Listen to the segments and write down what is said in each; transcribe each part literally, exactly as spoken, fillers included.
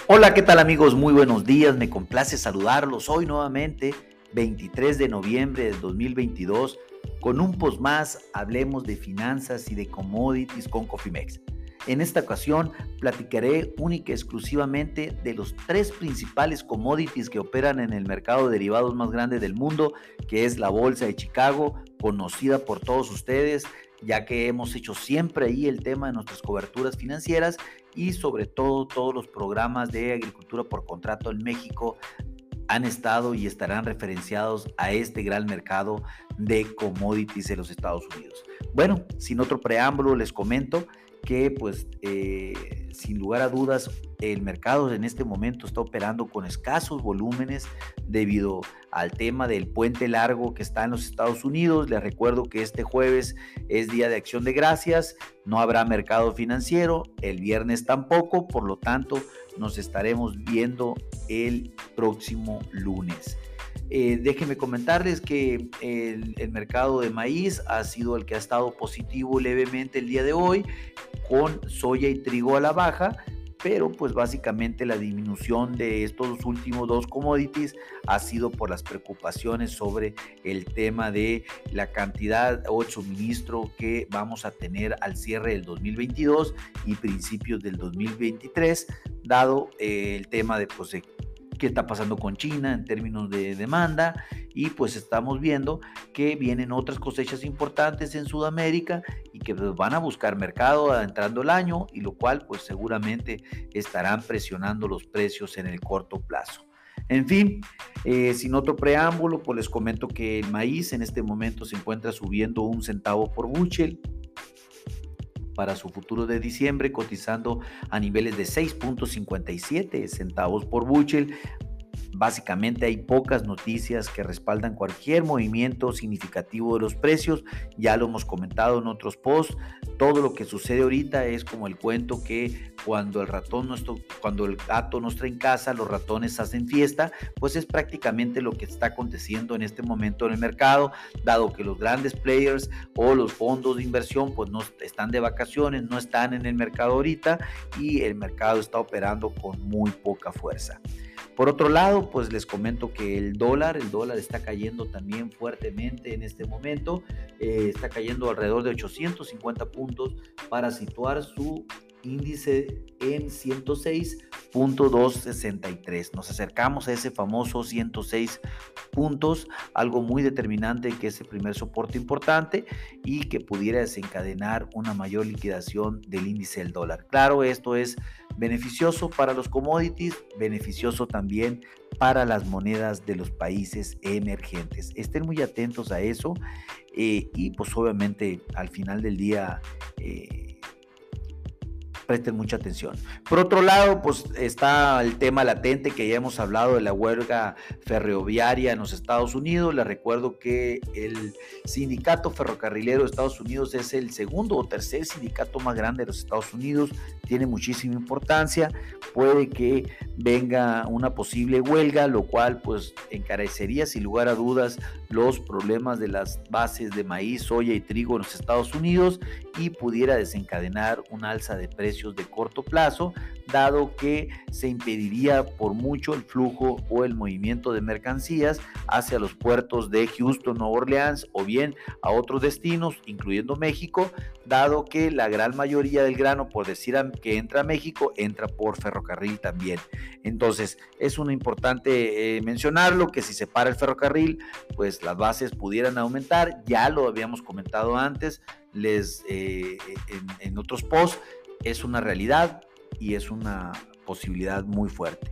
Hola, ¿qué tal amigos? Muy buenos días, me complace saludarlos hoy nuevamente, veintitrés de noviembre del dos mil veintidós, con un post más, hablemos de finanzas y de commodities con Cofimex. En esta ocasión platicaré única y exclusivamente de los tres principales commodities que operan en el mercado de derivados más grande del mundo, que es la Bolsa de Chicago, conocida por todos ustedes, ya que hemos hecho siempre ahí el tema de nuestras coberturas financieras y sobre todo todos los programas de agricultura por contrato en México han estado y estarán referenciados a este gran mercado de commodities de los Estados Unidos. Bueno, sin otro preámbulo les comento que pues eh, sin lugar a dudas el mercado en este momento está operando con escasos volúmenes debido al tema del puente largo que está en los Estados Unidos. Les recuerdo que este jueves es Día de Acción de Gracias, no habrá mercado financiero, el viernes tampoco, por lo tanto nos estaremos viendo el próximo lunes. Eh, déjenme comentarles que el, el mercado de maíz ha sido el que ha estado positivo levemente el día de hoy, con soya y trigo a la baja, pero pues básicamente la disminución de estos últimos dos commodities ha sido por las preocupaciones sobre el tema de la cantidad o el suministro que vamos a tener al cierre del dos mil veintidós y principios del dos mil veintitrés, dado eh, el tema de pues, qué está pasando con China en términos de demanda, y pues estamos viendo que vienen otras cosechas importantes en Sudamérica y que pues van a buscar mercado adentrando el año, y lo cual pues seguramente estarán presionando los precios en el corto plazo. En fin, eh, sin otro preámbulo, pues les comento que el maíz en este momento se encuentra subiendo un centavo por bushel para su futuro de diciembre, cotizando a niveles de seis punto cincuenta y siete centavos por bushel. Básicamente hay pocas noticias que respaldan cualquier movimiento significativo de los precios. Ya lo hemos comentado en otros posts. Todo lo que sucede ahorita es como el cuento que cuando el ratón no está, cuando el gato no está en casa, los ratones hacen fiesta. Pues es prácticamente lo que está aconteciendo en este momento en el mercado, dado que los grandes players o los fondos de inversión pues no están de vacaciones, no están en el mercado ahorita, y el mercado está operando con muy poca fuerza. Por otro lado, pues les comento que el dólar, el dólar está cayendo también fuertemente en este momento, eh, está cayendo alrededor de ochocientos cincuenta puntos para situar su índice en ciento seis punto doscientos sesenta y tres. Nos acercamos a ese famoso ciento seis puntos, algo muy determinante, que es el primer soporte importante y que pudiera desencadenar una mayor liquidación del índice del dólar. Claro, esto es beneficioso para los commodities, beneficioso también para las monedas de los países emergentes. Estén muy atentos a eso eh, y pues obviamente al final del día eh, presten mucha atención. Por otro lado, pues está el tema latente que ya hemos hablado de la huelga ferroviaria en los Estados Unidos. Les recuerdo que el sindicato ferrocarrilero de Estados Unidos es el segundo o tercer sindicato más grande de los Estados Unidos, tiene muchísima importancia. Puede que venga una posible huelga, lo cual pues encarecería sin lugar a dudas los problemas de las bases de maíz, soya y trigo en los Estados Unidos, y pudiera desencadenar un alza de precios de corto plazo, dado que se impediría por mucho el flujo o el movimiento de mercancías hacia los puertos de Houston, Nueva Orleans, o bien a otros destinos, incluyendo México, dado que la gran mayoría del grano, por decir que entra a México, entra por ferrocarril también. Entonces es una importante eh, mencionarlo, que si se para el ferrocarril, pues las bases pudieran aumentar. Ya lo habíamos comentado antes, les eh, en, en otros posts. Es una realidad y es una posibilidad muy fuerte.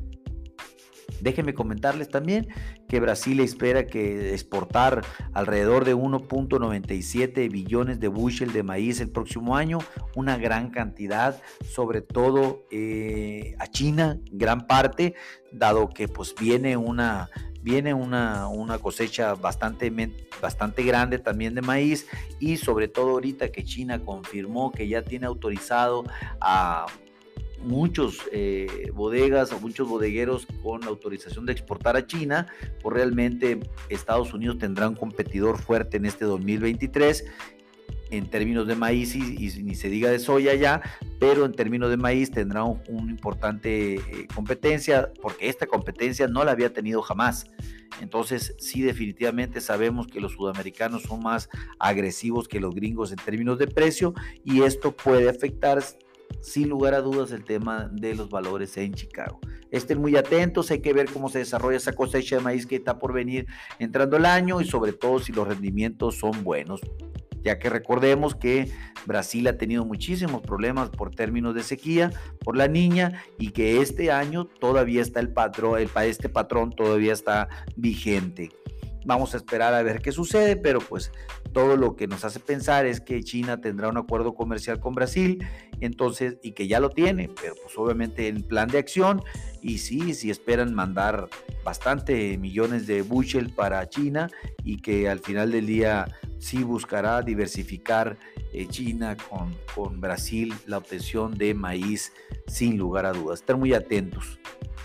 Déjenme comentarles también que Brasil espera que exportar alrededor de uno punto noventa y siete billones de bushel de maíz el próximo año, una gran cantidad, sobre todo eh, a China, gran parte, dado que pues viene una viene una, una cosecha bastante, bastante grande también de maíz, y sobre todo ahorita que China confirmó que ya tiene autorizado a muchos eh, bodegas o muchos bodegueros con la autorización de exportar a China, pues realmente Estados Unidos tendrá un competidor fuerte en este dos mil veintitrés en términos de maíz y, y ni se diga de soya ya, pero en términos de maíz tendrá una un importante eh, competencia, porque esta competencia no la había tenido jamás. Entonces, sí, definitivamente sabemos que los sudamericanos son más agresivos que los gringos en términos de precio, y esto puede afectar sin lugar a dudas el tema de los valores en Chicago. Estén muy atentos, hay que ver cómo se desarrolla esa cosecha de maíz que está por venir entrando el año, y sobre todo si los rendimientos son buenos, ya que recordemos que Brasil ha tenido muchísimos problemas por términos de sequía, por la niña, y que este año todavía está el patrón, el, este patrón todavía está vigente. Vamos a esperar a ver qué sucede, pero pues todo lo que nos hace pensar es que China tendrá un acuerdo comercial con Brasil, entonces, y que ya lo tiene, pero pues obviamente en plan de acción, y sí, sí esperan mandar bastante millones de bushel para China, y que al final del día sí buscará diversificar eh, China con, con Brasil la obtención de maíz sin lugar a dudas. Estén muy atentos.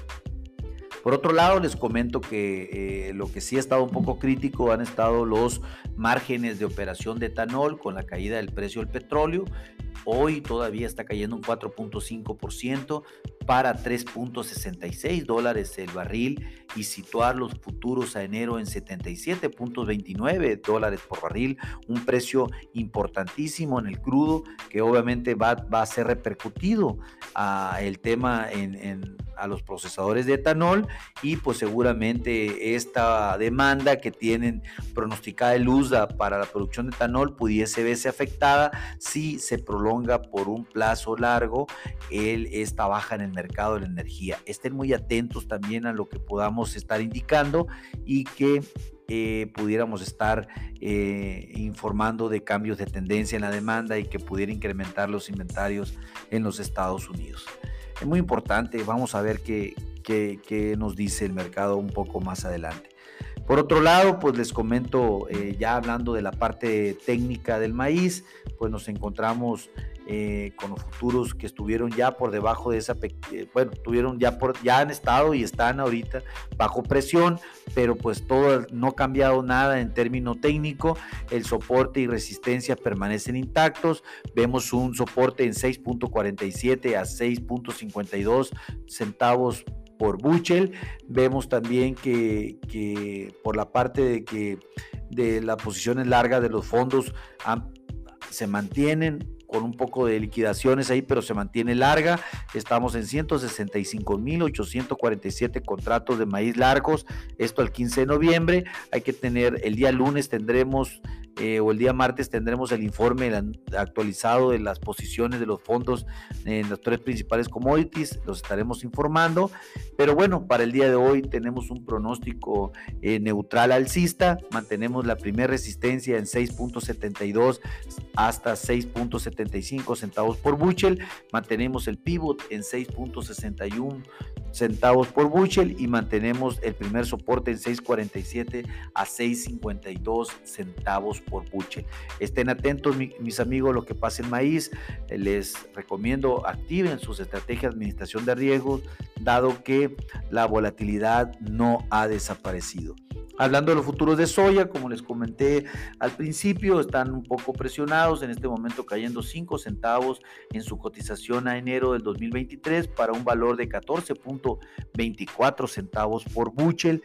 Por otro lado, les comento que eh, lo que sí ha estado un poco crítico han estado los márgenes de operación de etanol con la caída del precio del petróleo. Hoy todavía está cayendo un cuatro punto cinco por ciento para tres punto sesenta y seis dólares el barril, y situar los futuros a enero en setenta y siete punto veintinueve dólares por barril, un precio importantísimo en el crudo que obviamente va, va a ser repercutido a el tema en, en, a los procesadores de etanol, y pues seguramente esta demanda que tienen pronosticada el U S D A para la producción de etanol pudiese verse afectada si se prolonga por un plazo largo el, esta baja en el mercado de la energía. Estén muy atentos también a lo que podamos estar indicando, y que eh, pudiéramos estar eh, informando de cambios de tendencia en la demanda y que pudiera incrementar los inventarios en los Estados Unidos. Es muy importante, vamos a ver qué, qué, qué nos dice el mercado un poco más adelante. Por otro lado, pues les comento, eh, ya hablando de la parte técnica del maíz, pues nos encontramos eh, con los futuros que estuvieron ya por debajo de esa, eh, bueno, tuvieron ya, por, ya han estado y están ahorita bajo presión, pero pues todo no ha cambiado nada en término técnico. El soporte y resistencia permanecen intactos. Vemos un soporte en seis punto cuarenta y siete a seis punto cincuenta y dos centavos por bushel. Vemos también que, que por la parte de que de las posiciones largas de los fondos han, se mantienen con un poco de liquidaciones ahí, pero se mantiene larga. Estamos en ciento sesenta y cinco mil ochocientos cuarenta y siete contratos de maíz largos, esto el quince de noviembre. Hay que tener, el día lunes tendremos Eh, o el día martes tendremos el informe actualizado de las posiciones de los fondos en los tres principales commodities, los estaremos informando, pero bueno, para el día de hoy tenemos un pronóstico eh, neutral alcista. Mantenemos la primera resistencia en seis punto setenta y dos hasta seis punto setenta y cinco centavos por bushel, mantenemos el pivot en seis punto sesenta y uno centavos por bushel, y mantenemos el primer soporte en seis cuarenta y siete a seis cincuenta y dos centavos por bushel. Estén atentos, mi, mis amigos, lo que pasa en maíz. Les recomiendo activen sus estrategias de administración de riesgos, dado que la volatilidad no ha desaparecido. Hablando de los futuros de soya, como les comenté al principio, están un poco presionados, en este momento cayendo cinco centavos en su cotización a enero del dos mil veintitrés para un valor de catorce punto veinticuatro centavos por bushel.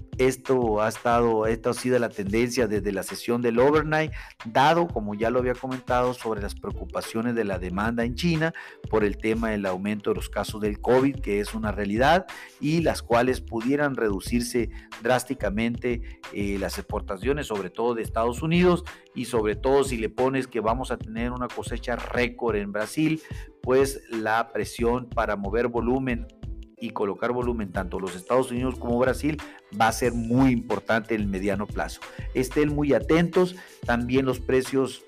Esto ha estado, esta ha sido la tendencia desde la sesión del overnight, dado, como ya lo había comentado, sobre las preocupaciones de la demanda en China por el tema del aumento de los casos del COVID, que es una realidad, y las cuales pudieran reducirse drásticamente eh, las exportaciones, sobre todo de Estados Unidos, y sobre todo si le pones que vamos a tener una cosecha récord en Brasil, pues la presión para mover volumen y colocar volumen tanto los Estados Unidos como Brasil va a ser muy importante en el mediano plazo. Estén muy atentos. También los precios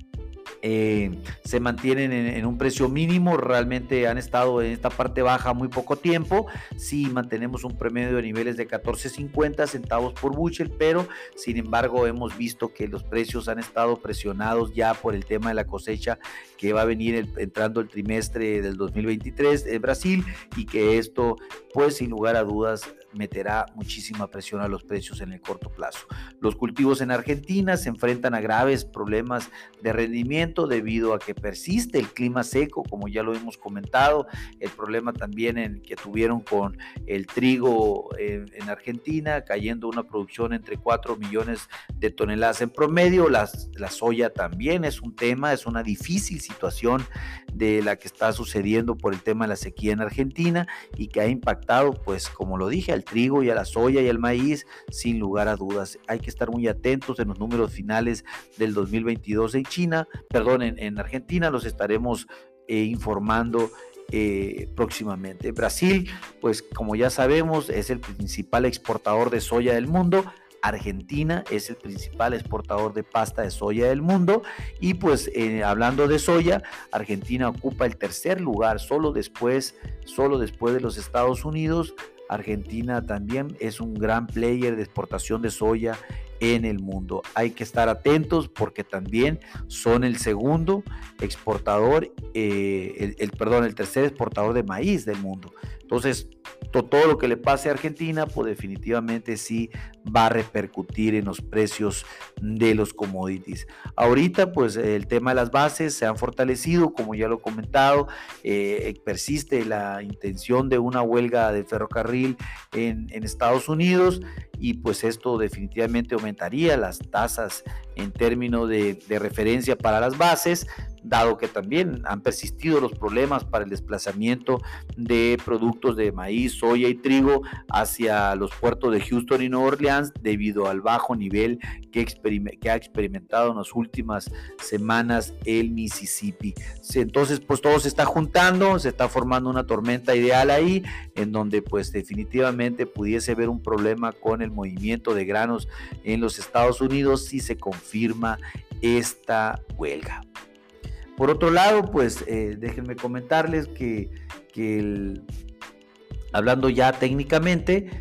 eh, se mantienen en, en un precio mínimo, realmente han estado en esta parte baja muy poco tiempo. Sí mantenemos un promedio de niveles de catorce cincuenta centavos por bushel, pero sin embargo hemos visto que los precios han estado presionados ya por el tema de la cosecha que va a venir el, entrando el trimestre del dos mil veintitrés en Brasil, y que esto pues sin lugar a dudas meterá muchísima presión a los precios en el corto plazo. Los cultivos en Argentina se enfrentan a graves problemas de rendimiento debido a que persiste el clima seco, como ya lo hemos comentado, el problema también en que tuvieron con el trigo en, en Argentina, cayendo una producción entre cuatro millones de toneladas en promedio. La, la soya también es un tema, es una difícil situación de la que está sucediendo por el tema de la sequía en Argentina y que ha impactado, pues como lo dije, al trigo y a la soya y al maíz, sin lugar a dudas. Hay que estar muy atentos en los números finales del dos mil veintidós en China, perdón, en, en Argentina, los estaremos eh, informando Eh, próximamente. Brasil, pues como ya sabemos, es el principal exportador de soya del mundo. Argentina es el principal exportador de pasta de soya del mundo y pues eh, hablando de soya, Argentina ocupa el tercer lugar, solo después, solo después de los Estados Unidos. Argentina también es un gran player de exportación de soya en el mundo. Hay que estar atentos porque también son el segundo exportador, eh, el, el, perdón, el tercer exportador de maíz del mundo. Entonces, to, todo lo que le pase a Argentina, pues definitivamente sí va a repercutir en los precios de los commodities. Ahorita, pues el tema de las bases se han fortalecido, como ya lo he comentado, eh, persiste la intención de una huelga de ferrocarril en, en Estados Unidos y pues esto definitivamente aumentaría las tasas en términos de, de referencia para las bases, dado que también han persistido los problemas para el desplazamiento de productos de maíz, soya y trigo hacia los puertos de Houston y Nueva Orleans debido al bajo nivel que, experime- que ha experimentado en las últimas semanas el Mississippi. Entonces, pues todo se está juntando, se está formando una tormenta ideal ahí, en donde pues definitivamente pudiese haber un problema con el movimiento de granos en los Estados Unidos si se confirma esta huelga. Por otro lado, pues eh, déjenme comentarles que, que el, hablando ya técnicamente,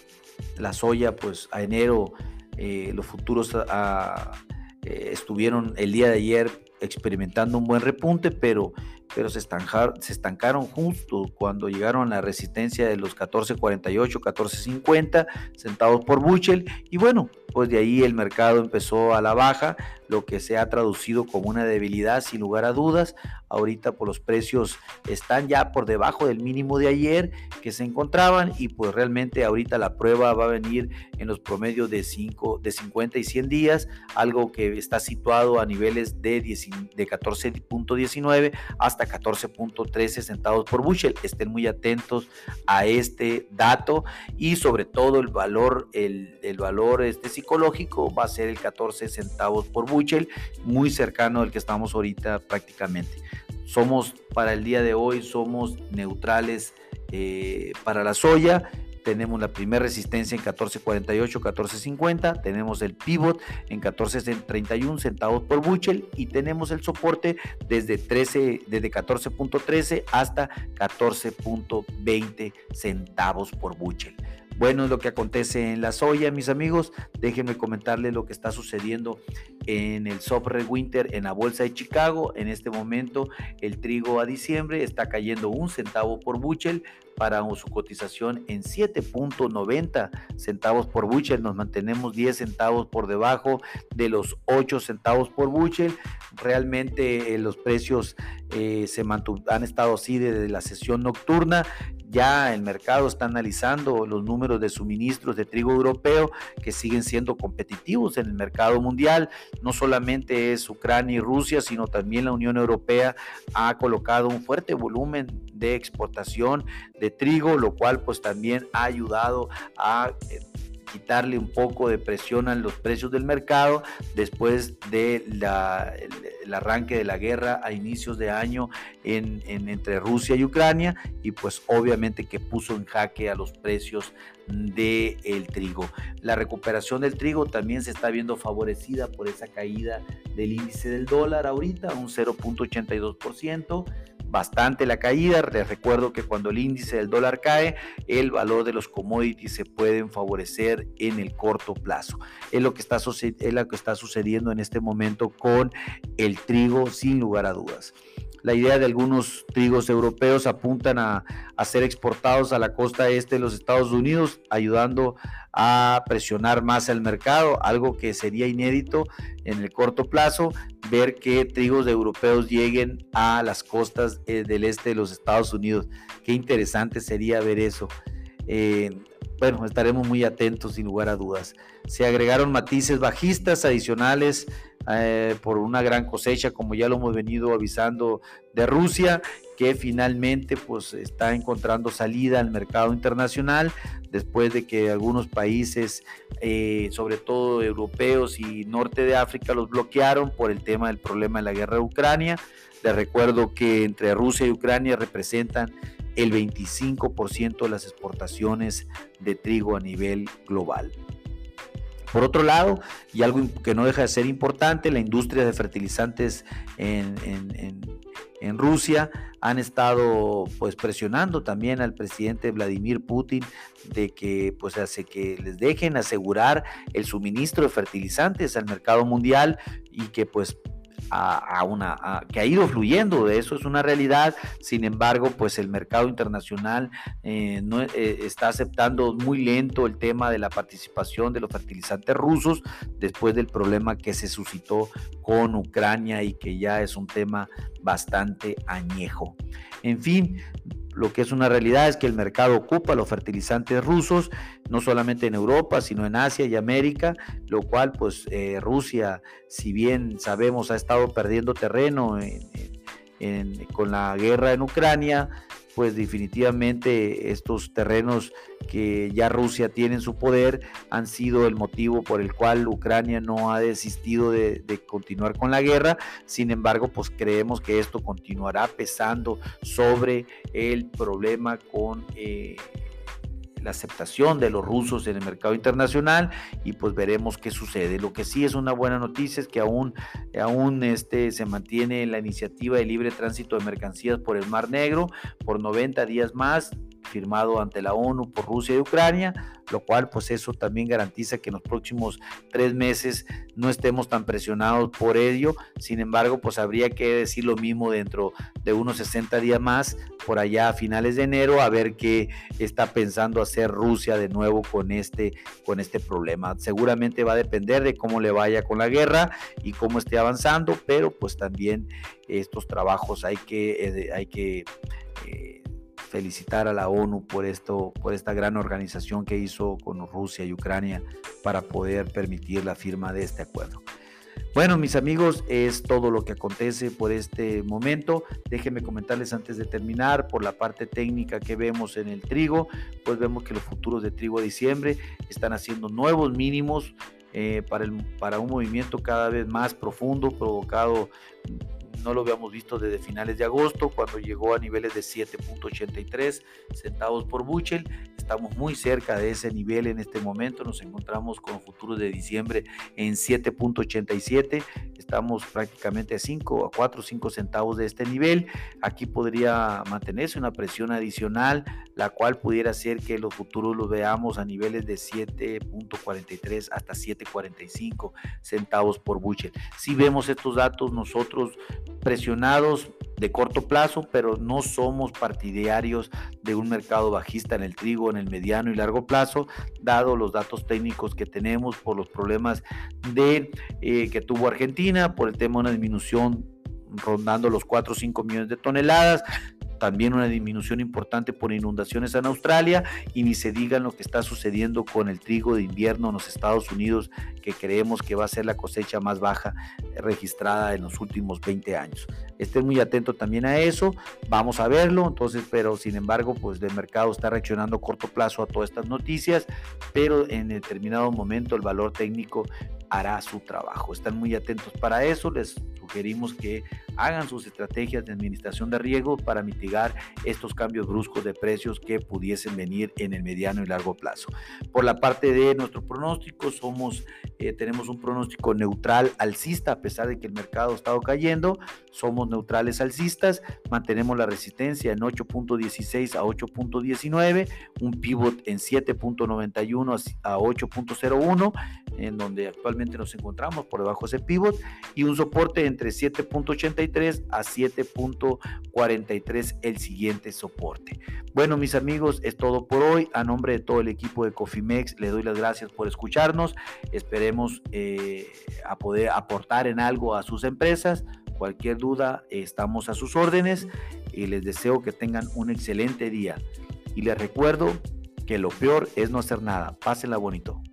la soya, pues a enero, eh, los futuros a, a, eh, estuvieron el día de ayer experimentando un buen repunte, pero, pero se, estancar, se estancaron justo cuando llegaron a la resistencia de los catorce cuarenta y ocho, catorce cincuenta centavos por bushel, y bueno, pues de ahí el mercado empezó a la baja, lo que se ha traducido como una debilidad sin lugar a dudas. Ahorita pues los precios están ya por debajo del mínimo de ayer que se encontraban y pues realmente ahorita la prueba va a venir en los promedios de, cinco, de cincuenta y cien días, algo que está situado a niveles de, diez, de catorce punto diecinueve hasta catorce punto trece centavos por bushel. Estén muy atentos a este dato y sobre todo el valor, el, el valor este psicológico va a ser el catorce centavos por bushel, muy cercano al que estamos ahorita prácticamente. Somos, para el día de hoy, somos neutrales eh, para la soya. Tenemos la primera resistencia en catorce cuarenta y ocho, catorce cincuenta, tenemos el pivot en catorce treinta y uno centavos por bushel y tenemos el soporte desde, trece, desde catorce punto trece hasta catorce punto veinte centavos por bushel. Bueno, es lo que acontece en la soya, mis amigos. Déjenme comentarles lo que está sucediendo en el soft winter en la bolsa de Chicago. En este momento el trigo a diciembre está cayendo un centavo por bushel para su cotización en siete punto noventa centavos por bushel. Nos mantenemos diez centavos por debajo de los ocho centavos por bushel. Realmente eh, los precios eh, se mantu- han estado así desde la sesión nocturna. Ya el mercado está analizando los números de suministros de trigo europeo que siguen siendo competitivos en el mercado mundial. No solamente es Ucrania y Rusia, sino también la Unión Europea ha colocado un fuerte volumen de exportación de trigo, lo cual pues también ha ayudado a eh, quitarle un poco de presión a los precios del mercado después de la, el, el arranque de la guerra a inicios de año en, en, entre Rusia y Ucrania, y pues obviamente que puso en jaque a los precios del trigo. La recuperación del trigo también se está viendo favorecida por esa caída del índice del dólar ahorita, un cero punto ochenta y dos por ciento. Bastante la caída. Les recuerdo que cuando el índice del dólar cae, el valor de los commodities se pueden favorecer en el corto plazo. Es lo que está, es lo que está sucediendo en este momento con el trigo, sin lugar a dudas. la idea de algunos trigos europeos apuntan a, a ser exportados a la costa este de los Estados Unidos, ayudando a presionar más al mercado, algo que sería inédito en el corto plazo, ver que trigos europeos lleguen a las costas eh, del este de los Estados Unidos. Qué interesante sería ver eso. Eh, bueno, estaremos muy atentos sin lugar a dudas. Se agregaron matices bajistas adicionales eh, por una gran cosecha, como ya lo hemos venido avisando, de Rusia, que finalmente pues está encontrando salida al mercado internacional después de que algunos países, eh, sobre todo europeos y norte de África, los bloquearon por el tema del problema de la guerra de Ucrania. Les recuerdo que entre Rusia y Ucrania representan el veinticinco por ciento de las exportaciones de trigo a nivel global. Por otro lado, y algo que no deja de ser importante, la industria de fertilizantes en, en, en, en Rusia han estado pues presionando también al presidente Vladimir Putin de que pues hace que les dejen asegurar el suministro de fertilizantes al mercado mundial y que pues A, a una, a, que ha ido fluyendo, eso es una realidad. Sin embargo, pues el mercado internacional eh, no, eh, está aceptando muy lento el tema de la participación de los fertilizantes rusos después del problema que se suscitó con Ucrania y que ya es un tema bastante añejo. En fin, lo que es una realidad es que el mercado ocupa los fertilizantes rusos, no solamente en Europa, sino en Asia y América, lo cual pues eh, Rusia, si bien sabemos, ha estado perdiendo terreno en, en, en, con la guerra en Ucrania, pues definitivamente estos terrenos que ya Rusia tiene en su poder han sido el motivo por el cual Ucrania no ha desistido de, de continuar con la guerra. Sin embargo, pues creemos que esto continuará pesando sobre el problema con eh, la aceptación de los rusos en el mercado internacional y pues veremos qué sucede. Lo que sí es una buena noticia es que aún, aún este, se mantiene la iniciativa de libre tránsito de mercancías por el Mar Negro por noventa días más, firmado ante la ONU por Rusia y Ucrania, lo cual pues eso también garantiza que en los próximos tres meses no estemos tan presionados por ello. Sin embargo, pues habría que decir lo mismo dentro de unos sesenta días más, por allá a finales de enero, a ver qué está pensando hacer Rusia de nuevo con este, con este problema. Seguramente va a depender de cómo le vaya con la guerra y cómo esté avanzando, pero pues también estos trabajos hay que, eh, hay que eh, felicitar a la ONU por esto, por esta gran organización que hizo con Rusia y Ucrania para poder permitir la firma de este acuerdo. Bueno, mis amigos, es todo lo que acontece por este momento. Déjenme comentarles antes de terminar, por la parte técnica que vemos en el trigo, pues vemos que los futuros de trigo de diciembre están haciendo nuevos mínimos eh, para, el, para un movimiento cada vez más profundo, provocado, no lo habíamos visto desde finales de agosto, cuando llegó a niveles de siete punto ochenta y tres centavos por bushel. Estamos muy cerca de ese nivel en este momento, nos encontramos con futuros de diciembre en siete punto ochenta y siete, estamos prácticamente a cinco, a cuatro o cinco centavos de este nivel. Aquí podría mantenerse una presión adicional, la cual pudiera hacer que los futuros los veamos a niveles de siete punto cuarenta y tres hasta siete punto cuarenta y cinco centavos por bushel. Si vemos estos datos nosotros presionados de corto plazo, pero no somos partidarios de un mercado bajista en el trigo en el mediano y largo plazo, dado los datos técnicos que tenemos por los problemas de, eh, que tuvo Argentina, por el tema de una disminución rondando los cuatro o cinco millones de toneladas, también una disminución importante por inundaciones en Australia, y ni se diga lo que está sucediendo con el trigo de invierno en los Estados Unidos, que creemos que va a ser la cosecha más baja registrada en los últimos veinte años. Estén muy atentos también a eso, vamos a verlo, entonces, pero sin embargo, pues el mercado está reaccionando a corto plazo a todas estas noticias, pero en determinado momento el valor técnico hará su trabajo. Están muy atentos para eso, les sugerimos que hagan sus estrategias de administración de riesgo para mitigar estos cambios bruscos de precios que pudiesen venir en el mediano y largo plazo. Por la parte de nuestro pronóstico, somos, eh, tenemos un pronóstico neutral alcista, a pesar de que el mercado ha estado cayendo, somos neutrales alcistas, mantenemos la resistencia en ocho punto dieciséis a ocho punto diecinueve, un pivot en siete punto noventa y uno a ocho punto cero uno, en donde actualmente nos encontramos por debajo de ese pivot, y un soporte entre siete punto ochenta y tres a siete punto cuarenta y tres el siguiente soporte. Bueno, mis amigos, es todo por hoy. A nombre de todo el equipo de Cofimex, les doy las gracias por escucharnos. Esperemos eh, a poder aportar en algo a sus empresas. Cualquier duda, eh, estamos a sus órdenes y les deseo que tengan un excelente día. Y les recuerdo que lo peor es no hacer nada. Pásenla bonito.